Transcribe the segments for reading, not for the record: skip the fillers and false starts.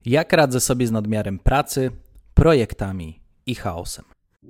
Jak radzę sobie z nadmiarem pracy, projektami i chaosem?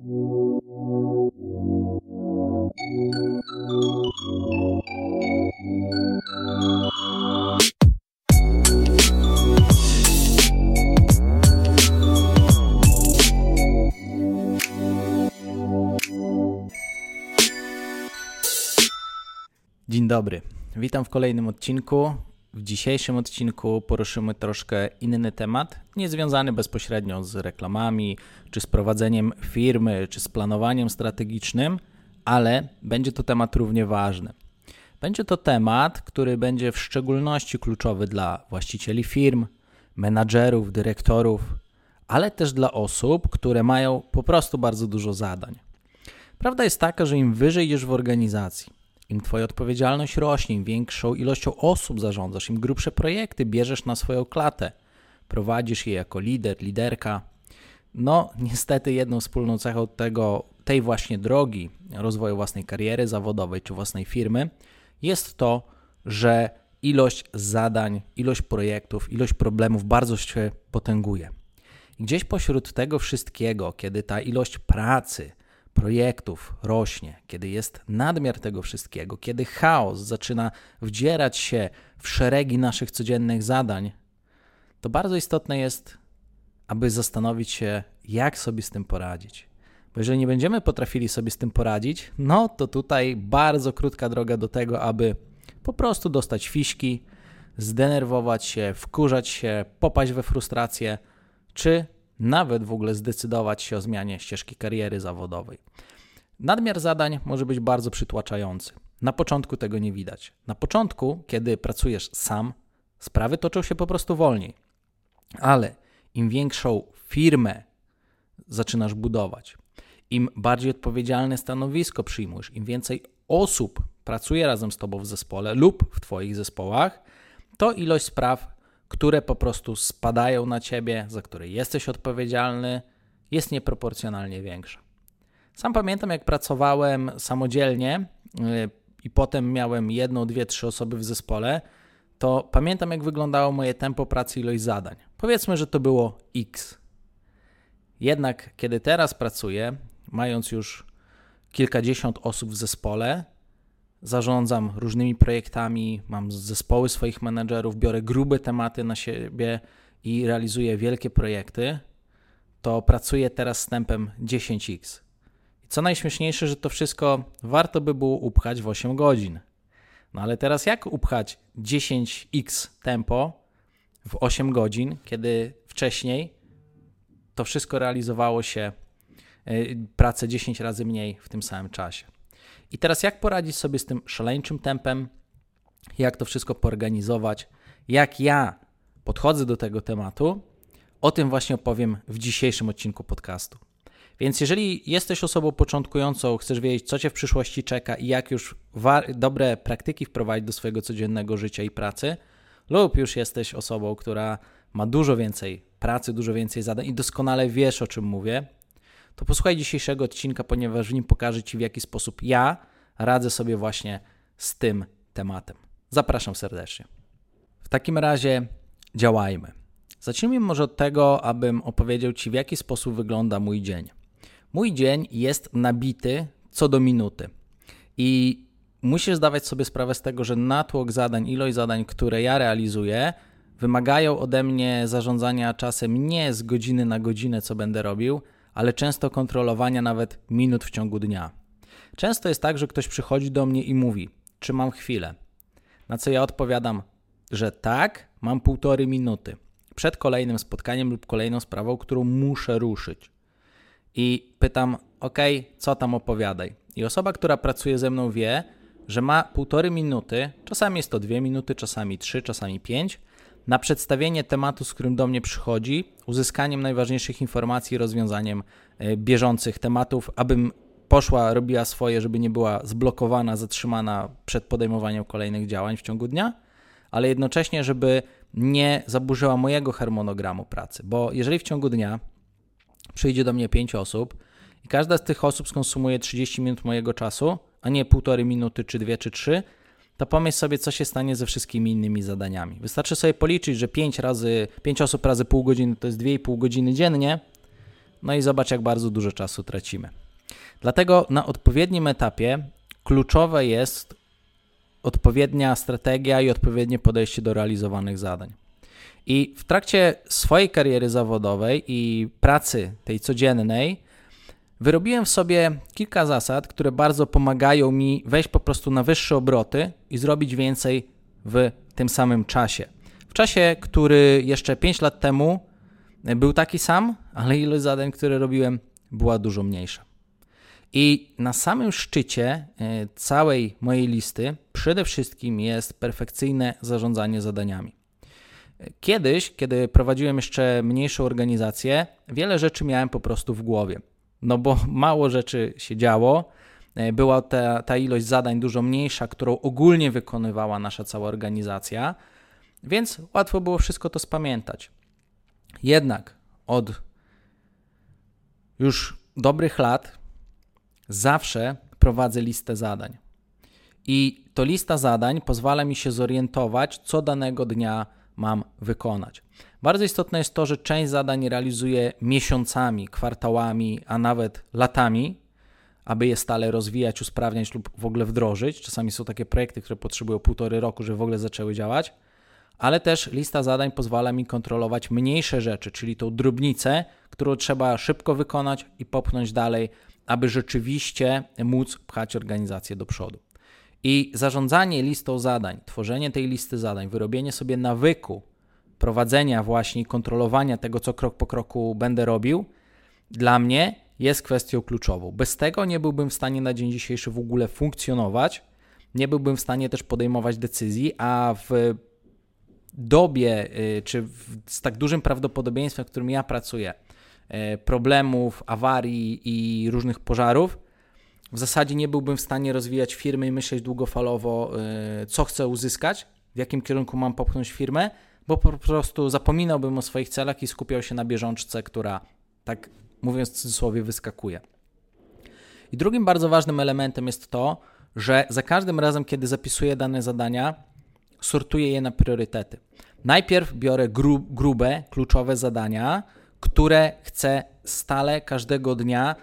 Dzień dobry, witam w kolejnym odcinku. W dzisiejszym odcinku poruszymy troszkę inny temat, nie związany bezpośrednio z reklamami, czy z prowadzeniem firmy, czy z planowaniem strategicznym, ale będzie to temat równie ważny. Będzie to temat, który będzie w szczególności kluczowy dla właścicieli firm, menadżerów, dyrektorów, ale też dla osób, które mają po prostu bardzo dużo zadań. Prawda jest taka, że im wyżej idziesz w organizacji, im Twoja odpowiedzialność rośnie, im większą ilością osób zarządzasz, im grubsze projekty bierzesz na swoją klatę, prowadzisz je jako lider, liderka. Niestety jedną wspólną cechą tej właśnie drogi rozwoju własnej kariery zawodowej czy własnej firmy jest to, że ilość zadań, ilość projektów, ilość problemów bardzo się potęguje. I gdzieś pośród tego wszystkiego, kiedy ta ilość pracy, projektów rośnie, kiedy jest nadmiar tego wszystkiego, kiedy chaos zaczyna wdzierać się w szeregi naszych codziennych zadań, to bardzo istotne jest, aby zastanowić się, jak sobie z tym poradzić. Bo jeżeli nie będziemy potrafili sobie z tym poradzić, to tutaj bardzo krótka droga do tego, aby po prostu dostać fiśki, zdenerwować się, wkurzać się, popaść we frustrację, czy nawet w ogóle zdecydować się o zmianie ścieżki kariery zawodowej. Nadmiar zadań może być bardzo przytłaczający. Na początku tego nie widać. Na początku, kiedy pracujesz sam, sprawy toczą się po prostu wolniej. Ale im większą firmę zaczynasz budować, im bardziej odpowiedzialne stanowisko przyjmujesz, im więcej osób pracuje razem z tobą w zespole lub w twoich zespołach, to ilość spraw, które po prostu spadają na ciebie, za które jesteś odpowiedzialny, jest nieproporcjonalnie większa. Sam pamiętam, jak pracowałem samodzielnie i potem miałem 1, 2, 3 osoby w zespole, to pamiętam, jak wyglądało moje tempo pracy, ilość zadań. Powiedzmy, że to było X. Jednak kiedy teraz pracuję, mając już kilkadziesiąt osób w zespole, zarządzam różnymi projektami, mam zespoły swoich menedżerów, biorę grube tematy na siebie i realizuję wielkie projekty, to pracuję teraz z tempem 10x. I co najśmieszniejsze, że to wszystko warto by było upchać w 8 godzin. Ale teraz jak upchać 10x tempo w 8 godzin, kiedy wcześniej to wszystko realizowało się pracę 10 razy mniej w tym samym czasie. I teraz jak poradzić sobie z tym szaleńczym tempem, jak to wszystko poorganizować, jak ja podchodzę do tego tematu, o tym właśnie opowiem w dzisiejszym odcinku podcastu. Więc jeżeli jesteś osobą początkującą, chcesz wiedzieć, co cię w przyszłości czeka i jak już dobre praktyki wprowadzić do swojego codziennego życia i pracy, lub już jesteś osobą, która ma dużo więcej pracy, dużo więcej zadań i doskonale wiesz, o czym mówię, to posłuchaj dzisiejszego odcinka, ponieważ w nim pokażę Ci, w jaki sposób ja radzę sobie właśnie z tym tematem. Zapraszam serdecznie. W takim razie działajmy. Zacznijmy może od tego, abym opowiedział Ci, w jaki sposób wygląda mój dzień. Mój dzień jest nabity co do minuty i musisz zdawać sobie sprawę z tego, że natłok zadań, ilość zadań, które ja realizuję, wymagają ode mnie zarządzania czasem nie z godziny na godzinę, co będę robił, ale często kontrolowania nawet minut w ciągu dnia. Często jest tak, że ktoś przychodzi do mnie i mówi, czy mam chwilę, na co ja odpowiadam, że tak, mam 1,5 minuty przed kolejnym spotkaniem lub kolejną sprawą, którą muszę ruszyć. I pytam, co tam opowiadaj. I osoba, która pracuje ze mną wie, że ma 1,5 minuty, czasami jest to 2 minuty, czasami 3, czasami 5, na przedstawienie tematu, z którym do mnie przychodzi, uzyskaniem najważniejszych informacji, rozwiązaniem bieżących tematów, abym poszła, robiła swoje, żeby nie była zblokowana, zatrzymana przed podejmowaniem kolejnych działań w ciągu dnia, ale jednocześnie, żeby nie zaburzyła mojego harmonogramu pracy, bo jeżeli w ciągu dnia przyjdzie do mnie 5 osób i każda z tych osób skonsumuje 30 minut mojego czasu, a nie 1,5 minuty, czy 2, czy 3, to pomyśl sobie, co się stanie ze wszystkimi innymi zadaniami. Wystarczy sobie policzyć, że 5 osób razy pół godziny to jest 2,5 godziny dziennie, no i zobacz, jak bardzo dużo czasu tracimy. Dlatego na odpowiednim etapie kluczowe jest odpowiednia strategia i odpowiednie podejście do realizowanych zadań. I w trakcie swojej kariery zawodowej i pracy tej codziennej wyrobiłem w sobie kilka zasad, które bardzo pomagają mi wejść po prostu na wyższe obroty i zrobić więcej w tym samym czasie. W czasie, który jeszcze 5 lat temu był taki sam, ale ilość zadań, które robiłem, była dużo mniejsza. I na samym szczycie całej mojej listy przede wszystkim jest perfekcyjne zarządzanie zadaniami. Kiedyś, kiedy prowadziłem jeszcze mniejszą organizację, wiele rzeczy miałem po prostu w głowie. No bo mało rzeczy się działo, była ta ilość zadań dużo mniejsza, którą ogólnie wykonywała nasza cała organizacja, więc łatwo było wszystko to spamiętać. Jednak od już dobrych lat zawsze prowadzę listę zadań. I to lista zadań pozwala mi się zorientować, co danego dnia mam wykonać. Bardzo istotne jest to, że część zadań realizuję miesiącami, kwartałami, a nawet latami, aby je stale rozwijać, usprawniać lub w ogóle wdrożyć. Czasami są takie projekty, które potrzebują 1,5 roku, żeby w ogóle zaczęły działać, ale też lista zadań pozwala mi kontrolować mniejsze rzeczy, czyli tą drobnicę, którą trzeba szybko wykonać i popchnąć dalej, aby rzeczywiście móc pchać organizację do przodu. I zarządzanie listą zadań, tworzenie tej listy zadań, wyrobienie sobie nawyku prowadzenia właśnie i kontrolowania tego, co krok po kroku będę robił, dla mnie jest kwestią kluczową. Bez tego nie byłbym w stanie na dzień dzisiejszy w ogóle funkcjonować, nie byłbym w stanie też podejmować decyzji, a w dobie, czy z tak dużym prawdopodobieństwem, w którym ja pracuję, problemów, awarii i różnych pożarów, w zasadzie nie byłbym w stanie rozwijać firmy i myśleć długofalowo, co chcę uzyskać, w jakim kierunku mam popchnąć firmę, bo po prostu zapominałbym o swoich celach i skupiał się na bieżączce, która, tak mówiąc w cudzysłowie, wyskakuje. I drugim bardzo ważnym elementem jest to, że za każdym razem, kiedy zapisuję dane zadania, sortuję je na priorytety. Najpierw biorę grube, kluczowe zadania, które chcę stale, każdego dnia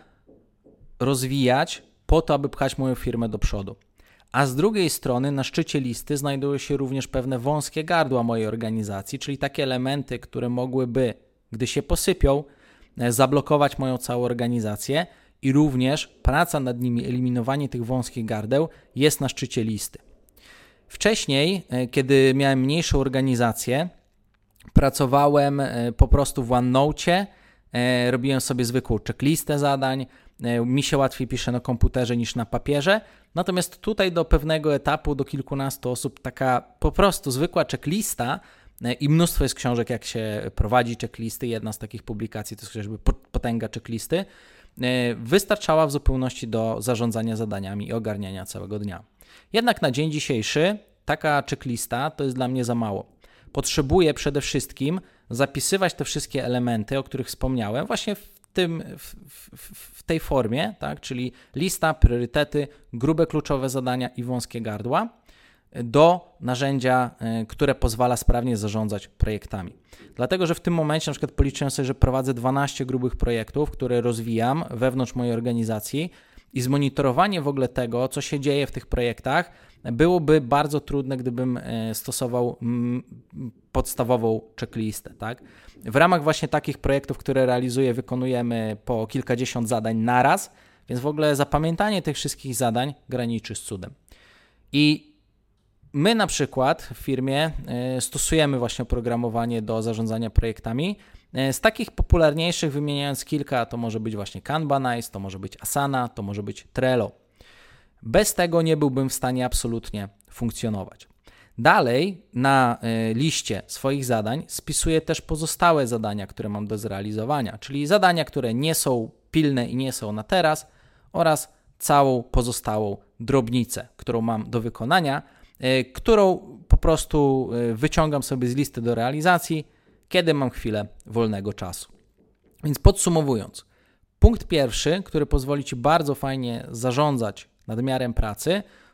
rozwijać po to, aby pchać moją firmę do przodu. A z drugiej strony na szczycie listy znajdują się również pewne wąskie gardła mojej organizacji, czyli takie elementy, które mogłyby, gdy się posypią, zablokować moją całą organizację i również praca nad nimi, eliminowanie tych wąskich gardeł jest na szczycie listy. Wcześniej, kiedy miałem mniejszą organizację, pracowałem po prostu w OneNote, robiłem sobie zwykłą checklistę zadań, mi się łatwiej pisze na komputerze niż na papierze, natomiast tutaj do pewnego etapu, do kilkunastu osób, taka po prostu zwykła checklista i mnóstwo jest książek, jak się prowadzi checklisty, jedna z takich publikacji to jest chociażby potęga checklisty, wystarczała w zupełności do zarządzania zadaniami i ogarniania całego dnia. Jednak na dzień dzisiejszy taka checklista to jest dla mnie za mało. Potrzebuję przede wszystkim zapisywać te wszystkie elementy, o których wspomniałem, właśnie w tej formie, tak? Czyli lista, priorytety, grube kluczowe zadania i wąskie gardła do narzędzia, które pozwala sprawnie zarządzać projektami. Dlatego, że w tym momencie na przykład policzyłem sobie, że prowadzę 12 grubych projektów, które rozwijam wewnątrz mojej organizacji i zmonitorowanie w ogóle tego, co się dzieje w tych projektach, byłoby bardzo trudne, gdybym stosował podstawową checklistę. Tak? W ramach właśnie takich projektów, które realizuję, wykonujemy po kilkadziesiąt zadań naraz, więc w ogóle zapamiętanie tych wszystkich zadań graniczy z cudem. I my na przykład w firmie stosujemy właśnie oprogramowanie do zarządzania projektami. Z takich popularniejszych, wymieniając kilka, to może być właśnie Kanbanize, to może być Asana, to może być Trello. Bez tego nie byłbym w stanie absolutnie funkcjonować. Dalej na liście swoich zadań spisuję też pozostałe zadania, które mam do zrealizowania, czyli zadania, które nie są pilne i nie są na teraz oraz całą pozostałą drobnicę, którą mam do wykonania, którą po prostu wyciągam sobie z listy do realizacji, kiedy mam chwilę wolnego czasu. Więc podsumowując, punkt pierwszy, który pozwoli Ci bardzo fajnie zarządzać nadmiarem pracy,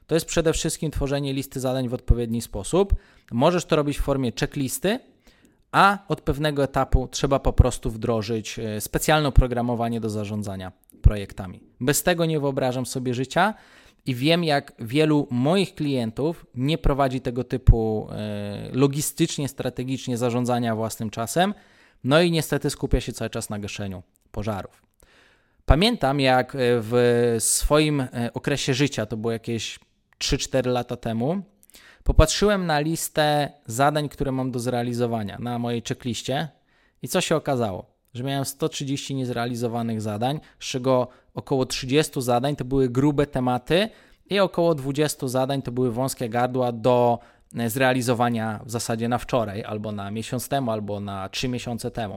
to jest przede wszystkim tworzenie listy zadań w odpowiedni sposób. Możesz to robić w formie checklisty, a od pewnego etapu trzeba po prostu wdrożyć specjalne oprogramowanie do zarządzania projektami. Bez tego nie wyobrażam sobie życia i wiem, jak wielu moich klientów nie prowadzi tego typu logistycznie, strategicznie zarządzania własnym czasem, no i niestety skupia się cały czas na gaszeniu pożarów. Pamiętam, jak w swoim okresie życia, to było jakieś 3-4 lata temu, popatrzyłem na listę zadań, które mam do zrealizowania na mojej checkliście i co się okazało? Że miałem 130 niezrealizowanych zadań, z czego około 30 zadań to były grube tematy i około 20 zadań to były wąskie gardła do zrealizowania w zasadzie na wczoraj, albo na miesiąc temu, albo na 3 miesiące temu.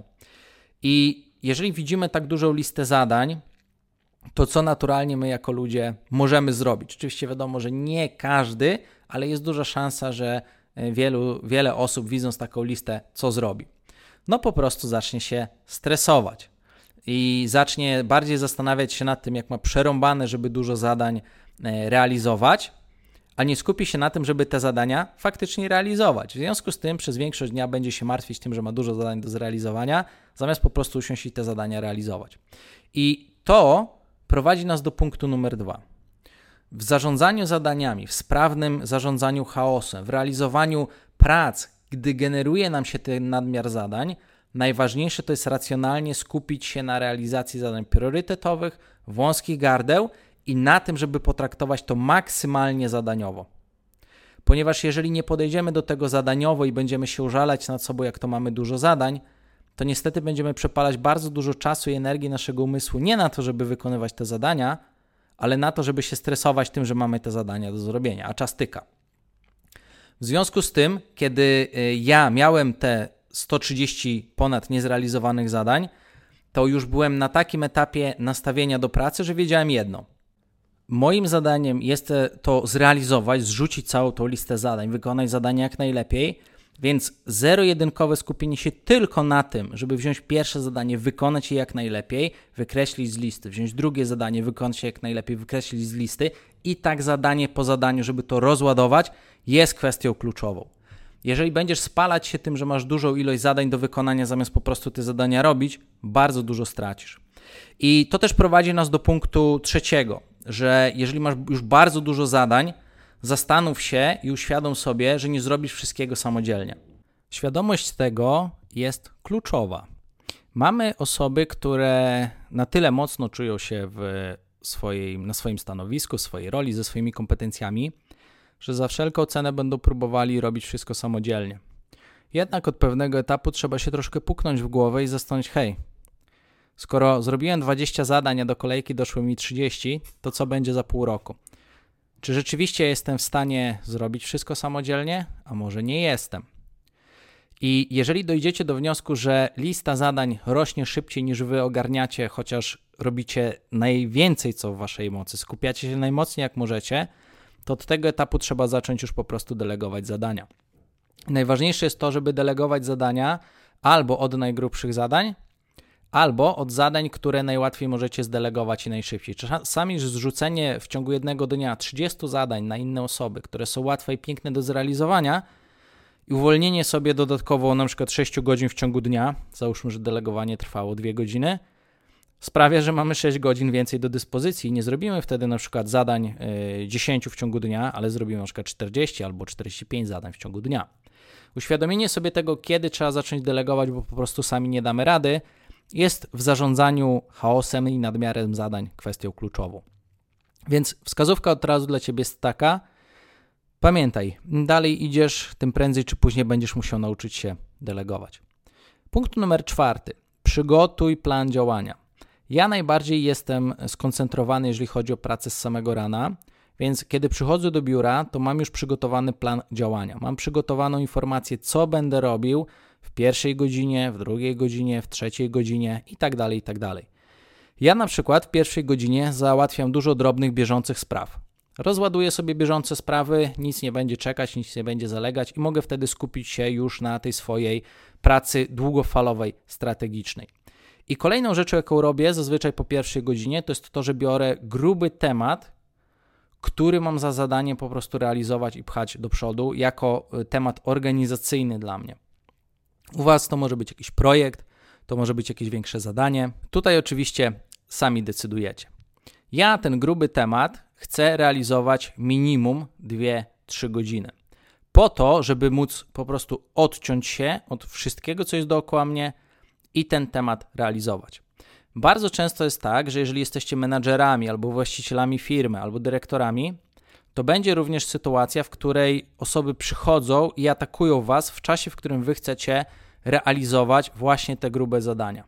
I jeżeli widzimy tak dużą listę zadań, to co naturalnie my jako ludzie możemy zrobić? Oczywiście wiadomo, że nie każdy, ale jest duża szansa, że wiele osób widząc taką listę, co zrobi? No po prostu zacznie się stresować i zacznie bardziej zastanawiać się nad tym, jak ma przerąbane, żeby dużo zadań realizować, a nie skupi się na tym, żeby te zadania faktycznie realizować. W związku z tym przez większość dnia będzie się martwić tym, że ma dużo zadań do zrealizowania, zamiast po prostu usiąść i te zadania realizować. I to prowadzi nas do punktu numer 2. W zarządzaniu zadaniami, w sprawnym zarządzaniu chaosem, w realizowaniu prac, gdy generuje nam się ten nadmiar zadań, najważniejsze to jest racjonalnie skupić się na realizacji zadań priorytetowych, wąskich gardeł i na tym, żeby potraktować to maksymalnie zadaniowo. Ponieważ jeżeli nie podejdziemy do tego zadaniowo i będziemy się użalać nad sobą, jak to mamy dużo zadań, to niestety będziemy przepalać bardzo dużo czasu i energii naszego umysłu nie na to, żeby wykonywać te zadania, ale na to, żeby się stresować tym, że mamy te zadania do zrobienia, a czas tyka. W związku z tym, kiedy ja miałem te 130 ponad niezrealizowanych zadań, to już byłem na takim etapie nastawienia do pracy, że wiedziałem jedno. Moim zadaniem jest to zrealizować, zrzucić całą tą listę zadań, wykonać zadania jak najlepiej, więc zero-jedynkowe skupienie się tylko na tym, żeby wziąć pierwsze zadanie, wykonać je jak najlepiej, wykreślić z listy, wziąć drugie zadanie, wykonać je jak najlepiej, wykreślić z listy i tak zadanie po zadaniu, żeby to rozładować, jest kwestią kluczową. Jeżeli będziesz spalać się tym, że masz dużą ilość zadań do wykonania, zamiast po prostu te zadania robić, bardzo dużo stracisz. I to też prowadzi nas do punktu 3, że jeżeli masz już bardzo dużo zadań, zastanów się i uświadom sobie, że nie zrobisz wszystkiego samodzielnie. Świadomość tego jest kluczowa. Mamy osoby, które na tyle mocno czują się na swoim stanowisku, w swojej roli, ze swoimi kompetencjami, że za wszelką cenę będą próbowali robić wszystko samodzielnie. Jednak od pewnego etapu trzeba się troszkę puknąć w głowę i zastanowić, hej, skoro zrobiłem 20 zadań, a do kolejki doszło mi 30, to co będzie za pół roku? Czy rzeczywiście jestem w stanie zrobić wszystko samodzielnie? A może nie jestem? I jeżeli dojdziecie do wniosku, że lista zadań rośnie szybciej niż wy ogarniacie, chociaż robicie najwięcej co w waszej mocy, skupiacie się najmocniej jak możecie, to od tego etapu trzeba zacząć już po prostu delegować zadania. Najważniejsze jest to, żeby delegować zadania albo od najgrubszych zadań, albo od zadań, które najłatwiej możecie zdelegować i najszybciej. Czasami zrzucenie w ciągu jednego dnia 30 zadań na inne osoby, które są łatwe i piękne do zrealizowania i uwolnienie sobie dodatkowo na przykład 6 godzin w ciągu dnia, załóżmy, że delegowanie trwało 2 godziny, sprawia, że mamy 6 godzin więcej do dyspozycji i nie zrobimy wtedy na przykład zadań 10 w ciągu dnia, ale zrobimy na przykład 40 albo 45 zadań w ciągu dnia. Uświadomienie sobie tego, kiedy trzeba zacząć delegować, bo po prostu sami nie damy rady, jest w zarządzaniu chaosem i nadmiarem zadań kwestią kluczową. Więc wskazówka od razu dla Ciebie jest taka, pamiętaj, im dalej idziesz, tym prędzej czy później będziesz musiał nauczyć się delegować. Punkt numer 4. Przygotuj plan działania. Ja najbardziej jestem skoncentrowany, jeżeli chodzi o pracę z samego rana, więc kiedy przychodzę do biura, to mam już przygotowany plan działania. Mam przygotowaną informację, co będę robił w pierwszej godzinie, w drugiej godzinie, w trzeciej godzinie i tak dalej, i tak dalej. Ja na przykład w pierwszej godzinie załatwiam dużo drobnych, bieżących spraw. Rozładuję sobie bieżące sprawy, nic nie będzie czekać, nic nie będzie zalegać i mogę wtedy skupić się już na tej swojej pracy długofalowej, strategicznej. I kolejną rzeczą, jaką robię zazwyczaj po pierwszej godzinie, to jest to, że biorę gruby temat, który mam za zadanie po prostu realizować i pchać do przodu jako temat organizacyjny dla mnie. U Was to może być jakiś projekt, to może być jakieś większe zadanie. Tutaj oczywiście sami decydujecie. Ja ten gruby temat chcę realizować minimum 2-3 godziny. Po to, żeby móc po prostu odciąć się od wszystkiego, co jest dookoła mnie i ten temat realizować. Bardzo często jest tak, że jeżeli jesteście menadżerami albo właścicielami firmy, albo dyrektorami, to będzie również sytuacja, w której osoby przychodzą i atakują Was w czasie, w którym Wy chcecie realizować właśnie te grube zadania.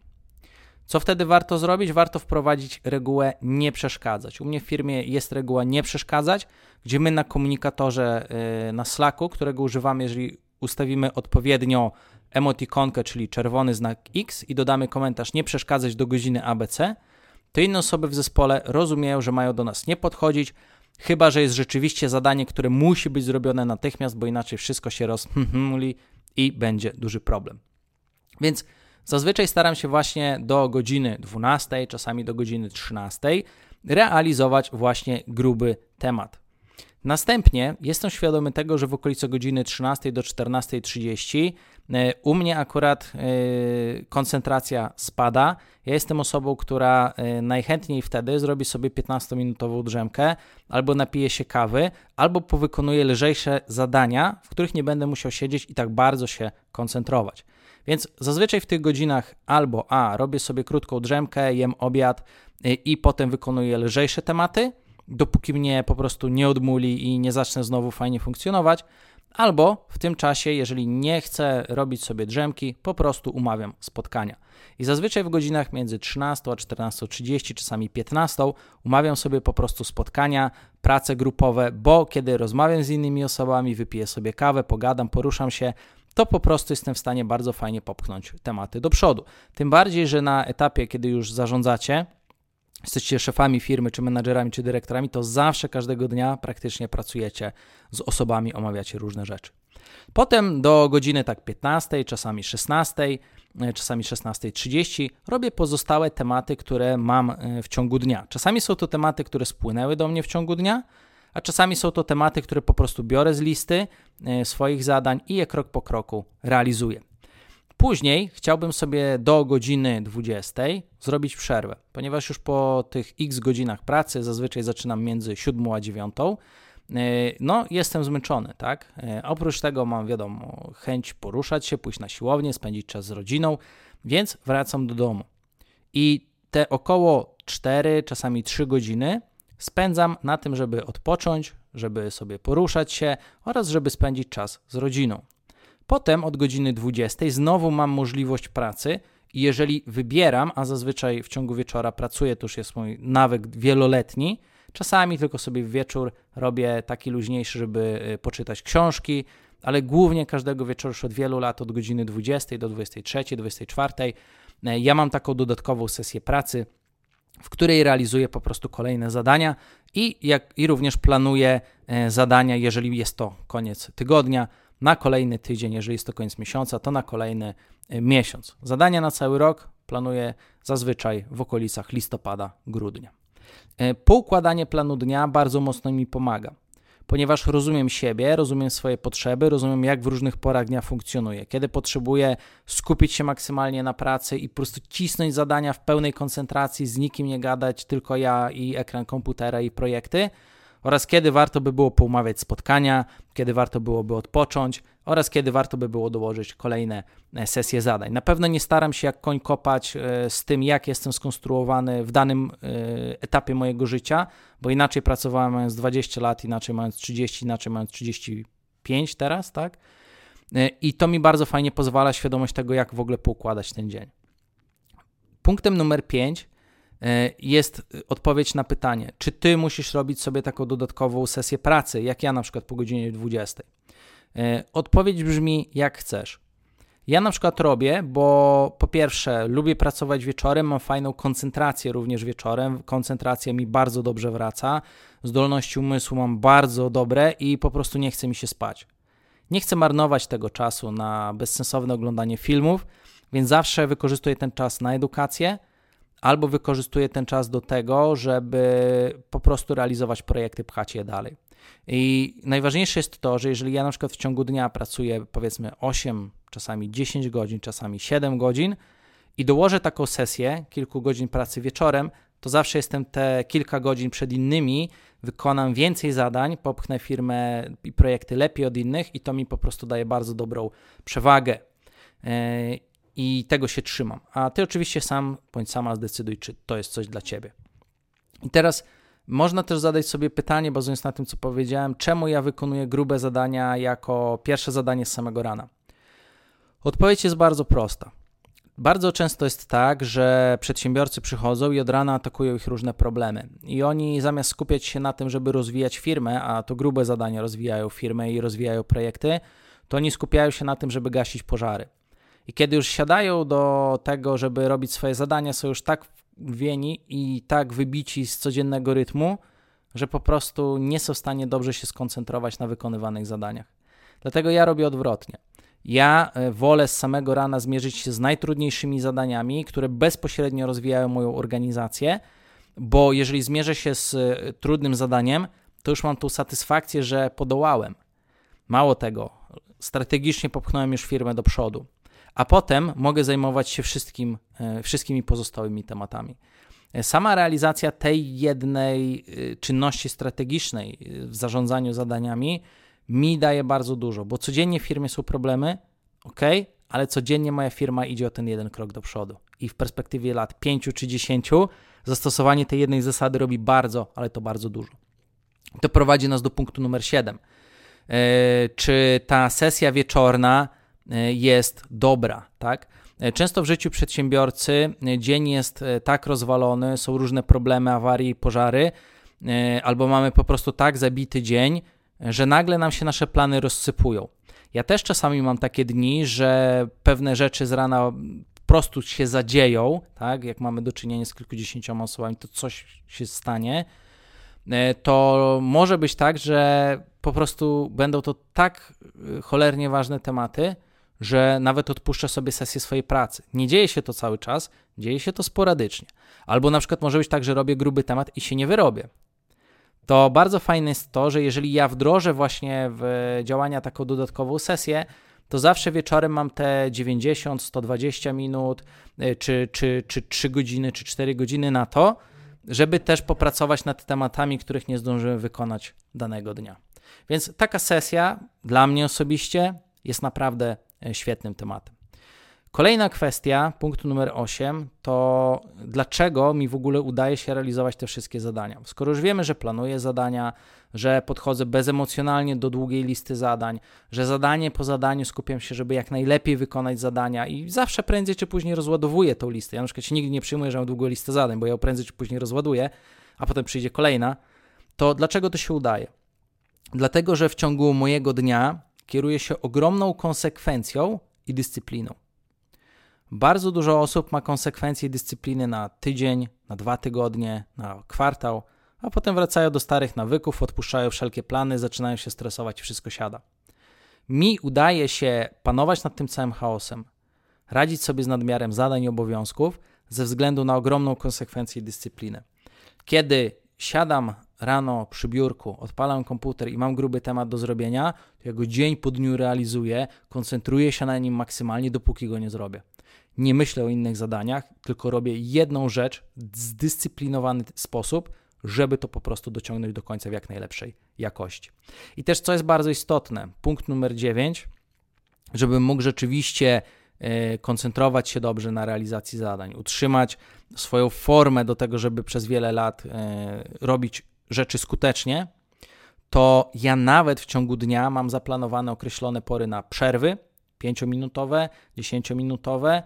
Co wtedy warto zrobić? Warto wprowadzić regułę nie przeszkadzać. U mnie w firmie jest reguła nie przeszkadzać, gdzie my na komunikatorze na Slacku, którego używamy, jeżeli ustawimy odpowiednio emotikonkę, czyli czerwony znak X i dodamy komentarz nie przeszkadzać do godziny ABC, to inne osoby w zespole rozumieją, że mają do nas nie podchodzić, chyba że jest rzeczywiście zadanie, które musi być zrobione natychmiast, bo inaczej wszystko się rozmuli i będzie duży problem. Więc zazwyczaj staram się właśnie do godziny 12, czasami do godziny 13 realizować właśnie gruby temat. Następnie jestem świadomy tego, że w okolicy godziny 13 do 14:30 u mnie akurat koncentracja spada. Ja jestem osobą, która najchętniej wtedy zrobi sobie 15-minutową drzemkę, albo napije się kawy, albo powykonuje lżejsze zadania, w których nie będę musiał siedzieć i tak bardzo się koncentrować. Więc zazwyczaj w tych godzinach albo robię sobie krótką drzemkę, jem obiad i potem wykonuję lżejsze tematy, dopóki mnie po prostu nie odmuli i nie zacznę znowu fajnie funkcjonować, albo w tym czasie, jeżeli nie chcę robić sobie drzemki, po prostu umawiam spotkania. I zazwyczaj w godzinach między 13 a 14:30, czasami 15 umawiam sobie po prostu spotkania, prace grupowe, bo kiedy rozmawiam z innymi osobami, wypiję sobie kawę, pogadam, poruszam się, to po prostu jestem w stanie bardzo fajnie popchnąć tematy do przodu. Tym bardziej, że na etapie, kiedy już zarządzacie, jesteście szefami firmy, czy menadżerami, czy dyrektorami, to zawsze każdego dnia praktycznie pracujecie z osobami, omawiacie różne rzeczy. Potem do godziny 15, czasami 16, czasami 16:30 robię pozostałe tematy, które mam w ciągu dnia. Czasami są to tematy, które spłynęły do mnie w ciągu dnia, a czasami są to tematy, które po prostu biorę z listy swoich zadań i je krok po kroku realizuję. Później chciałbym sobie do godziny 20 zrobić przerwę, ponieważ już po tych x godzinach pracy, zazwyczaj zaczynam między 7 a 9, jestem zmęczony, tak? Oprócz tego mam, wiadomo, chęć poruszać się, pójść na siłownię, spędzić czas z rodziną, więc wracam do domu. I te około 4, czasami 3 godziny spędzam na tym, żeby odpocząć, żeby sobie poruszać się oraz żeby spędzić czas z rodziną. Potem od godziny 20 znowu mam możliwość pracy i jeżeli wybieram, a zazwyczaj w ciągu wieczora pracuję, to już jest mój nawyk wieloletni, czasami tylko sobie w wieczór robię taki luźniejszy, żeby poczytać książki, ale głównie każdego wieczoru już od wielu lat, od godziny 20 do 23, 24, ja mam taką dodatkową sesję pracy, w której realizuję po prostu kolejne zadania i również planuję zadania, jeżeli jest to koniec tygodnia, na kolejny tydzień, jeżeli jest to koniec miesiąca, to na kolejny miesiąc. Zadania na cały rok planuję zazwyczaj w okolicach listopada, grudnia. Poukładanie planu dnia bardzo mocno mi pomaga, ponieważ rozumiem siebie, rozumiem swoje potrzeby, rozumiem jak w różnych porach dnia funkcjonuję. Kiedy potrzebuję skupić się maksymalnie na pracy i po prostu cisnąć zadania w pełnej koncentracji, z nikim nie gadać, tylko ja i ekran komputera i projekty, oraz kiedy warto by było poumawiać spotkania, kiedy warto byłoby odpocząć oraz kiedy warto by było dołożyć kolejne sesje zadań. Na pewno nie staram się jak koń kopać z tym, jak jestem skonstruowany w danym etapie mojego życia, bo inaczej pracowałem mając 20 lat, inaczej mając 30, inaczej mając 35 teraz, tak? I to mi bardzo fajnie pozwala świadomość tego, jak w ogóle poukładać ten dzień. Punktem numer 5 jest odpowiedź na pytanie, czy ty musisz robić sobie taką dodatkową sesję pracy, jak ja na przykład po godzinie 20. Odpowiedź brzmi, jak chcesz. Ja na przykład robię, bo po pierwsze lubię pracować wieczorem, mam fajną koncentrację również wieczorem, koncentracja mi bardzo dobrze wraca, zdolności umysłu mam bardzo dobre i po prostu nie chce mi się spać. Nie chcę marnować tego czasu na bezsensowne oglądanie filmów, więc zawsze wykorzystuję ten czas na edukację, albo wykorzystuję ten czas do tego, żeby po prostu realizować projekty, pchać je dalej. I najważniejsze jest to, że jeżeli ja na przykład w ciągu dnia pracuję powiedzmy 8, czasami 10 godzin, czasami 7 godzin i dołożę taką sesję, kilku godzin pracy wieczorem, to zawsze jestem te kilka godzin przed innymi, wykonam więcej zadań, popchnę firmę i projekty lepiej od innych i to mi po prostu daje bardzo dobrą przewagę. I tego się trzymam. A ty oczywiście sam bądź sama zdecyduj, czy to jest coś dla ciebie. I teraz można też zadać sobie pytanie, bazując na tym, co powiedziałem, czemu ja wykonuję grube zadania jako pierwsze zadanie z samego rana? Odpowiedź jest bardzo prosta. Bardzo często jest tak, że przedsiębiorcy przychodzą i od rana atakują ich różne problemy. I oni zamiast skupiać się na tym, żeby rozwijać firmę, a to grube zadania rozwijają firmę i rozwijają projekty, to oni skupiają się na tym, żeby gasić pożary. I kiedy już siadają do tego, żeby robić swoje zadania, są już tak wwieni i tak wybici z codziennego rytmu, że po prostu nie są w stanie dobrze się skoncentrować na wykonywanych zadaniach. Dlatego ja robię odwrotnie. Ja wolę z samego rana zmierzyć się z najtrudniejszymi zadaniami, które bezpośrednio rozwijają moją organizację, bo jeżeli zmierzę się z trudnym zadaniem, to już mam tą satysfakcję, że podołałem. Mało tego, strategicznie popchnąłem już firmę do przodu, a potem mogę zajmować się wszystkimi pozostałymi tematami. Sama realizacja tej jednej czynności strategicznej w zarządzaniu zadaniami mi daje bardzo dużo, bo codziennie w firmie są problemy, ale codziennie moja firma idzie o ten jeden krok do przodu. I w perspektywie lat 5 czy 10 zastosowanie tej jednej zasady robi bardzo, ale to bardzo dużo. To prowadzi nas do punktu numer 7. Czy ta sesja wieczorna jest dobra, tak? Często w życiu przedsiębiorcy dzień jest tak rozwalony, są różne problemy, awarie i pożary, albo mamy po prostu tak zabity dzień, że nagle nam się nasze plany rozsypują. Ja też czasami mam takie dni, że pewne rzeczy z rana po prostu się zadzieją, tak? Jak mamy do czynienia z kilkudziesięcioma osobami, to coś się stanie, to może być tak, że po prostu będą to tak cholernie ważne tematy, że nawet odpuszczę sobie sesję swojej pracy. Nie dzieje się to cały czas, dzieje się to sporadycznie. Albo na przykład może być tak, że robię gruby temat i się nie wyrobię. To bardzo fajne jest to, że jeżeli ja wdrożę właśnie w działania taką dodatkową sesję, to zawsze wieczorem mam te 90, 120 minut, czy 3 godziny, czy 4 godziny na to, żeby też popracować nad tematami, których nie zdążyłem wykonać danego dnia. Więc taka sesja dla mnie osobiście jest naprawdę świetnym tematem. Kolejna kwestia, punkt numer 8, to dlaczego mi w ogóle udaje się realizować te wszystkie zadania. Skoro już wiemy, że planuję zadania, że podchodzę bezemocjonalnie do długiej listy zadań, że zadanie po zadaniu skupiam się, żeby jak najlepiej wykonać zadania i zawsze prędzej czy później rozładowuję tą listę. Ja na przykład się nigdy nie przyjmuję, że mam długą listę zadań, bo ja ją prędzej czy później rozładuję, a potem przyjdzie kolejna. To dlaczego to się udaje? Dlatego, że w ciągu mojego dnia kieruję się ogromną konsekwencją i dyscypliną. Bardzo dużo osób ma konsekwencje i dyscypliny na tydzień, na 2 tygodnie, na kwartał, a potem wracają do starych nawyków, odpuszczają wszelkie plany, zaczynają się stresować i wszystko siada. Mi udaje się panować nad tym całym chaosem, radzić sobie z nadmiarem zadań i obowiązków ze względu na ogromną konsekwencję i dyscyplinę. Kiedy siadam rano przy biurku, odpalam komputer i mam gruby temat do zrobienia, to ja go dzień po dniu realizuję, koncentruję się na nim maksymalnie, dopóki go nie zrobię. Nie myślę o innych zadaniach, tylko robię jedną rzecz w zdyscyplinowany sposób, żeby to po prostu dociągnąć do końca w jak najlepszej jakości. I też co jest bardzo istotne, punkt numer 9, żebym mógł rzeczywiście koncentrować się dobrze na realizacji zadań, utrzymać swoją formę do tego, żeby przez wiele lat robić rzeczy skutecznie, to ja nawet w ciągu dnia mam zaplanowane określone pory na przerwy, 5-minutowe, 10-minutowe,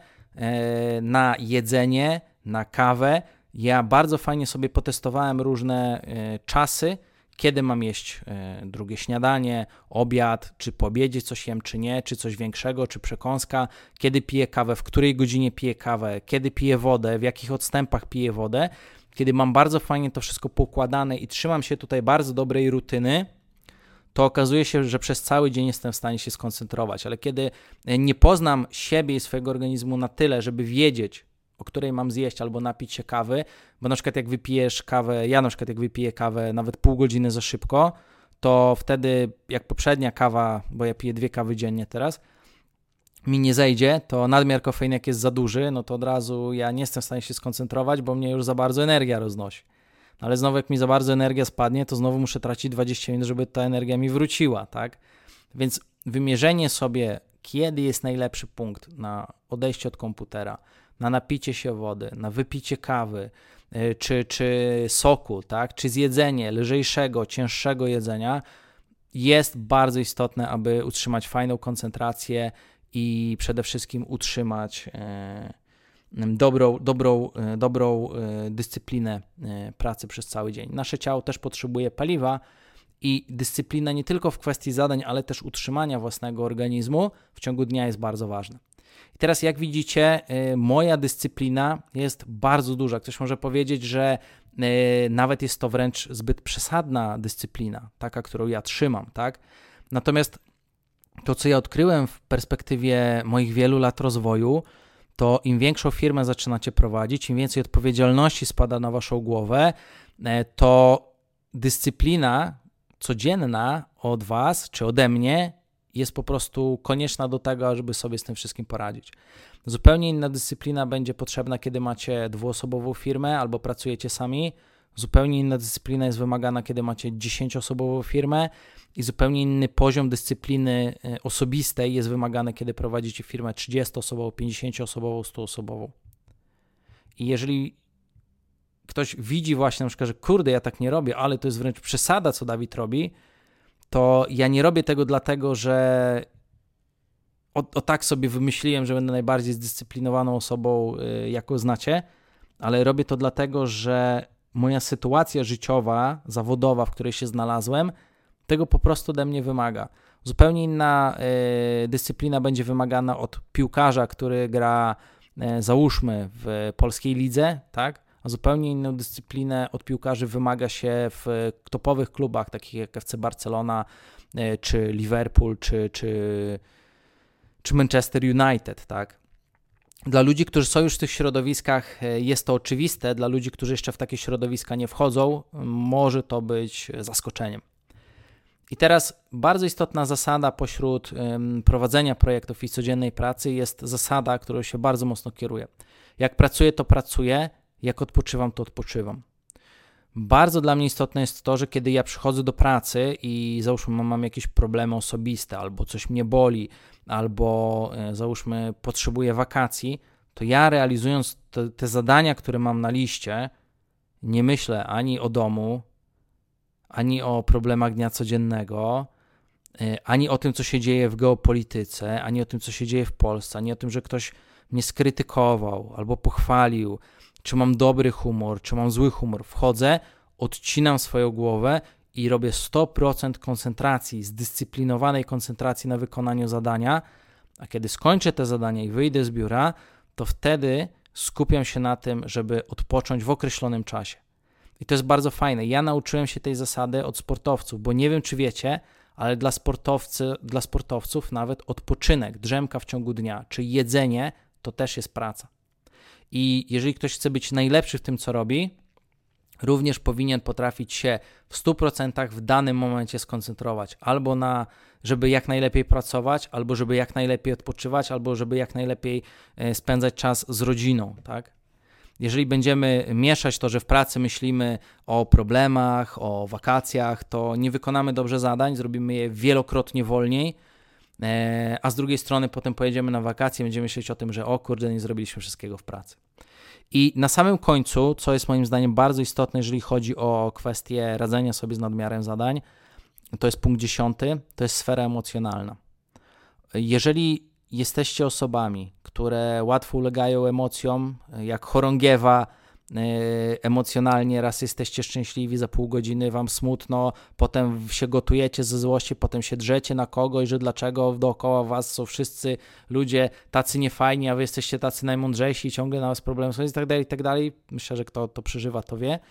na jedzenie, na kawę. Ja bardzo fajnie sobie potestowałem różne czasy, kiedy mam jeść drugie śniadanie, obiad, czy po obiedzie coś jem, czy nie, czy coś większego, czy przekąska, kiedy piję kawę, w której godzinie piję kawę, kiedy piję wodę, w jakich odstępach piję wodę. Kiedy mam bardzo fajnie to wszystko poukładane i trzymam się tutaj bardzo dobrej rutyny, to okazuje się, że przez cały dzień jestem w stanie się skoncentrować, ale kiedy nie poznam siebie i swojego organizmu na tyle, żeby wiedzieć, o której mam zjeść albo napić się kawy, bo na przykład jak wypijesz kawę, ja na przykład jak wypiję kawę nawet pół godziny za szybko, to wtedy jak poprzednia kawa, bo ja piję 2 kawy dziennie teraz, mi nie zejdzie, to nadmiar kofeiny jak jest za duży, no to od razu ja nie jestem w stanie się skoncentrować, bo mnie już za bardzo energia roznosi. Ale znowu jak mi za bardzo energia spadnie, to znowu muszę tracić 20 minut, żeby ta energia mi wróciła, tak? Więc wymierzenie sobie, kiedy jest najlepszy punkt na odejście od komputera, na napicie się wody, na wypicie kawy, czy soku, tak? Czy zjedzenie lżejszego, cięższego jedzenia jest bardzo istotne, aby utrzymać fajną koncentrację i przede wszystkim utrzymać dobrą dyscyplinę pracy przez cały dzień. Nasze ciało też potrzebuje paliwa i dyscyplina nie tylko w kwestii zadań, ale też utrzymania własnego organizmu w ciągu dnia jest bardzo ważna. I teraz jak widzicie, moja dyscyplina jest bardzo duża. Ktoś może powiedzieć, że nawet jest to wręcz zbyt przesadna dyscyplina, taka, którą ja trzymam, tak? Natomiast to, co ja odkryłem w perspektywie moich wielu lat rozwoju, to im większą firmę zaczynacie prowadzić, im więcej odpowiedzialności spada na waszą głowę, to dyscyplina codzienna od was czy ode mnie jest po prostu konieczna do tego, żeby sobie z tym wszystkim poradzić. Zupełnie inna dyscyplina będzie potrzebna, kiedy macie 2-osobową firmę albo pracujecie sami. Zupełnie inna dyscyplina jest wymagana, kiedy macie 10-osobową firmę i zupełnie inny poziom dyscypliny osobistej jest wymagany, kiedy prowadzicie firmę 30-osobową, 50-osobową, 100-osobową. I jeżeli ktoś widzi właśnie na przykład, że kurde, ja tak nie robię, ale to jest wręcz przesada, co Dawid robi, to ja nie robię tego dlatego, że tak sobie wymyśliłem, że będę najbardziej zdyscyplinowaną osobą, jaką znacie, ale robię to dlatego, że moja sytuacja życiowa, zawodowa, w której się znalazłem, tego po prostu ode mnie wymaga. Zupełnie inna dyscyplina będzie wymagana od piłkarza, który gra, załóżmy, w polskiej lidze, tak? A zupełnie inną dyscyplinę od piłkarzy wymaga się w topowych klubach, takich jak FC Barcelona, czy Liverpool, czy Manchester United, tak? Dla ludzi, którzy są już w tych środowiskach, jest to oczywiste. Dla ludzi, którzy jeszcze w takie środowiska nie wchodzą, może to być zaskoczeniem. I teraz bardzo istotna zasada pośród prowadzenia projektów i codziennej pracy jest zasada, którą się bardzo mocno kieruję. Jak pracuję, to pracuję, jak odpoczywam, to odpoczywam. Bardzo dla mnie istotne jest to, że kiedy ja przychodzę do pracy i załóżmy mam jakieś problemy osobiste, albo coś mnie boli, albo załóżmy potrzebuję wakacji, to ja realizując te zadania, które mam na liście, nie myślę ani o domu, ani o problemach dnia codziennego, ani o tym, co się dzieje w geopolityce, ani o tym, co się dzieje w Polsce, ani o tym, że ktoś mnie skrytykował albo pochwalił, czy mam dobry humor, czy mam zły humor. Wchodzę, odcinam swoją głowę i robię 100% koncentracji, zdyscyplinowanej koncentracji na wykonaniu zadania, a kiedy skończę te zadania i wyjdę z biura, to wtedy skupiam się na tym, żeby odpocząć w określonym czasie. I to jest bardzo fajne. Ja nauczyłem się tej zasady od sportowców, bo nie wiem, czy wiecie, ale dla sportowców nawet odpoczynek, drzemka w ciągu dnia, czy jedzenie, to też jest praca. I jeżeli ktoś chce być najlepszy w tym, co robi, również powinien potrafić się w 100% w danym momencie skoncentrować. Albo żeby jak najlepiej pracować, albo żeby jak najlepiej odpoczywać, albo żeby jak najlepiej spędzać czas z rodziną, tak? Jeżeli będziemy mieszać to, że w pracy myślimy o problemach, o wakacjach, to nie wykonamy dobrze zadań, zrobimy je wielokrotnie wolniej, a z drugiej strony potem pojedziemy na wakacje, będziemy myśleć o tym, że o kurde, nie zrobiliśmy wszystkiego w pracy. I na samym końcu, co jest moim zdaniem bardzo istotne, jeżeli chodzi o kwestię radzenia sobie z nadmiarem zadań, to jest punkt 10, to jest sfera emocjonalna. Jeżeli jesteście osobami, które łatwo ulegają emocjom, jak chorągiewa, emocjonalnie raz jesteście szczęśliwi, za pół godziny wam smutno, potem się gotujecie ze złości, potem się drzecie na kogoś, że dlaczego dookoła was są wszyscy ludzie tacy niefajni, a wy jesteście tacy najmądrzejsi i ciągle na was problemy są i tak dalej. Myślę, że kto to przeżywa, to wie.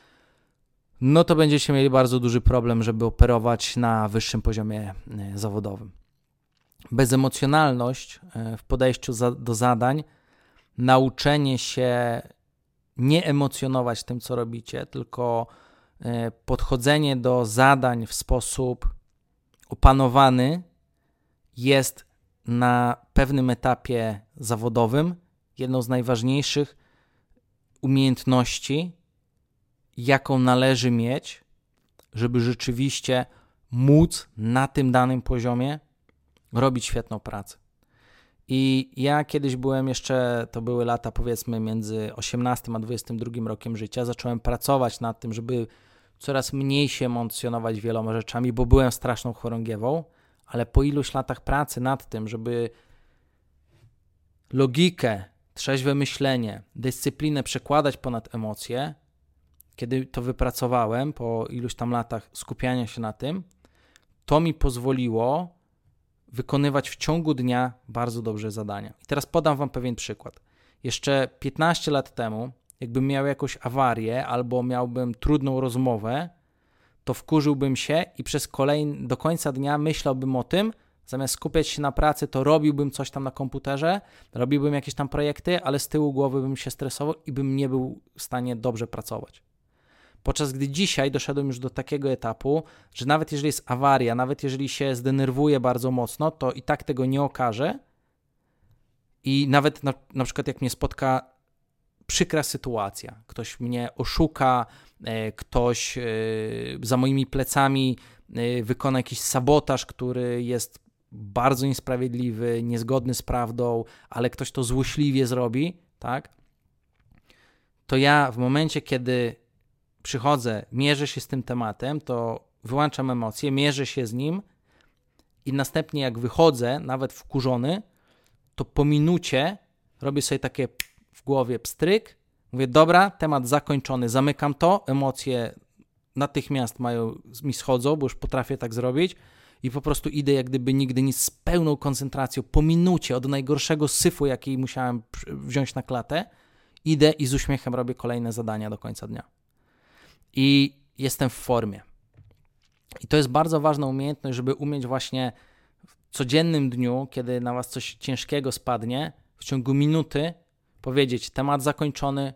No to będziecie mieli bardzo duży problem, żeby operować na wyższym poziomie zawodowym. Bezemocjonalność w podejściu do zadań nauczenie się nie emocjonować tym, co robicie, tylko podchodzenie do zadań w sposób opanowany jest na pewnym etapie zawodowym jedną z najważniejszych umiejętności, jaką należy mieć, żeby rzeczywiście móc na tym danym poziomie robić świetną pracę. I ja kiedyś byłem jeszcze, to były lata powiedzmy między 18 a 22 rokiem życia, zacząłem pracować nad tym, żeby coraz mniej się emocjonować wieloma rzeczami, bo byłem straszną chorągiewą, ale po iluś latach pracy nad tym, żeby logikę, trzeźwe myślenie, dyscyplinę przekładać ponad emocje, kiedy to wypracowałem po iluś tam latach skupiania się na tym, to mi pozwoliło wykonywać w ciągu dnia bardzo dobrze zadania. I teraz podam wam pewien przykład. Jeszcze 15 lat temu, jakbym miał jakąś awarię albo miałbym trudną rozmowę, to wkurzyłbym się i do końca dnia myślałbym o tym, zamiast skupiać się na pracy, to robiłbym coś tam na komputerze, robiłbym jakieś tam projekty, ale z tyłu głowy bym się stresował i bym nie był w stanie dobrze pracować. Podczas gdy dzisiaj doszedłem już do takiego etapu, że nawet jeżeli jest awaria, nawet jeżeli się zdenerwuję bardzo mocno, to i tak tego nie okażę i nawet na przykład jak mnie spotka przykra sytuacja, ktoś mnie oszuka, ktoś za moimi plecami wykona jakiś sabotaż, który jest bardzo niesprawiedliwy, niezgodny z prawdą, ale ktoś to złośliwie zrobi, tak? To ja w momencie, kiedy przychodzę, mierzę się z tym tematem, to wyłączam emocje, mierzę się z nim i następnie jak wychodzę, nawet wkurzony, to po minucie robię sobie takie w głowie pstryk, mówię, dobra, temat zakończony, zamykam to, emocje natychmiast mi schodzą, bo już potrafię tak zrobić i po prostu idę jak gdyby nigdy nic z pełną koncentracją, po minucie od najgorszego syfu, jaki musiałem wziąć na klatę, idę i z uśmiechem robię kolejne zadania do końca dnia. I jestem w formie. I to jest bardzo ważna umiejętność, żeby umieć właśnie w codziennym dniu, kiedy na was coś ciężkiego spadnie, w ciągu minuty powiedzieć, temat zakończony,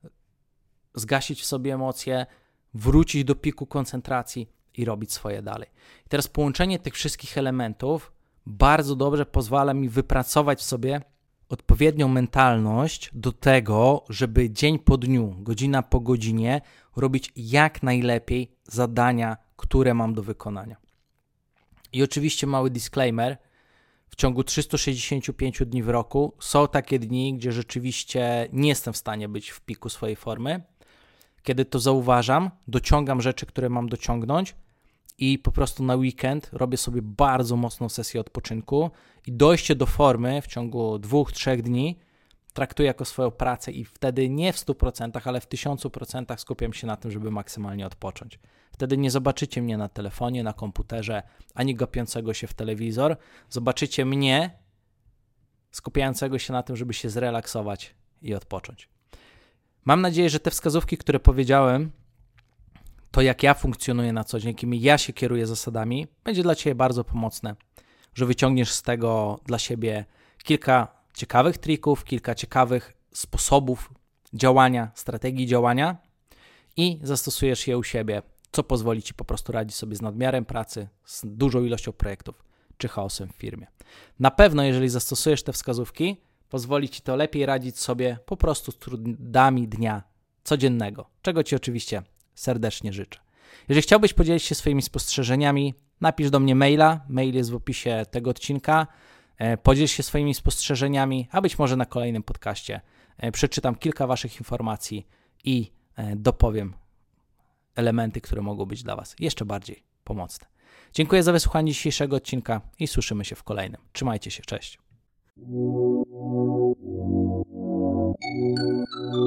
zgasić w sobie emocje, wrócić do piku koncentracji i robić swoje dalej. I teraz połączenie tych wszystkich elementów bardzo dobrze pozwala mi wypracować w sobie odpowiednią mentalność do tego, żeby dzień po dniu, godzina po godzinie robić jak najlepiej zadania, które mam do wykonania. I oczywiście mały disclaimer, w ciągu 365 dni w roku są takie dni, gdzie rzeczywiście nie jestem w stanie być w piku swojej formy. Kiedy to zauważam, dociągam rzeczy, które mam dociągnąć i po prostu na weekend robię sobie bardzo mocną sesję odpoczynku i dojście do formy w ciągu 2-3 dni traktuję jako swoją pracę i wtedy nie w 100%, ale w 1000% skupiam się na tym, żeby maksymalnie odpocząć. Wtedy nie zobaczycie mnie na telefonie, na komputerze, ani gapiącego się w telewizor. Zobaczycie mnie skupiającego się na tym, żeby się zrelaksować i odpocząć. Mam nadzieję, że te wskazówki, które powiedziałem, to jak ja funkcjonuję na co dzień, jakimi ja się kieruję zasadami, będzie dla ciebie bardzo pomocne, że wyciągniesz z tego dla siebie kilka ciekawych trików, kilka ciekawych sposobów działania, strategii działania i zastosujesz je u siebie, co pozwoli ci po prostu radzić sobie z nadmiarem pracy, z dużą ilością projektów czy chaosem w firmie. Na pewno, jeżeli zastosujesz te wskazówki, pozwoli ci to lepiej radzić sobie po prostu z trudami dnia codziennego, czego ci oczywiście serdecznie życzę. Jeżeli chciałbyś podzielić się swoimi spostrzeżeniami, napisz do mnie maila, mail jest w opisie tego odcinka, podziel się swoimi spostrzeżeniami, a być może na kolejnym podcaście przeczytam kilka waszych informacji i dopowiem elementy, które mogą być dla was jeszcze bardziej pomocne. Dziękuję za wysłuchanie dzisiejszego odcinka i słyszymy się w kolejnym. Trzymajcie się, cześć.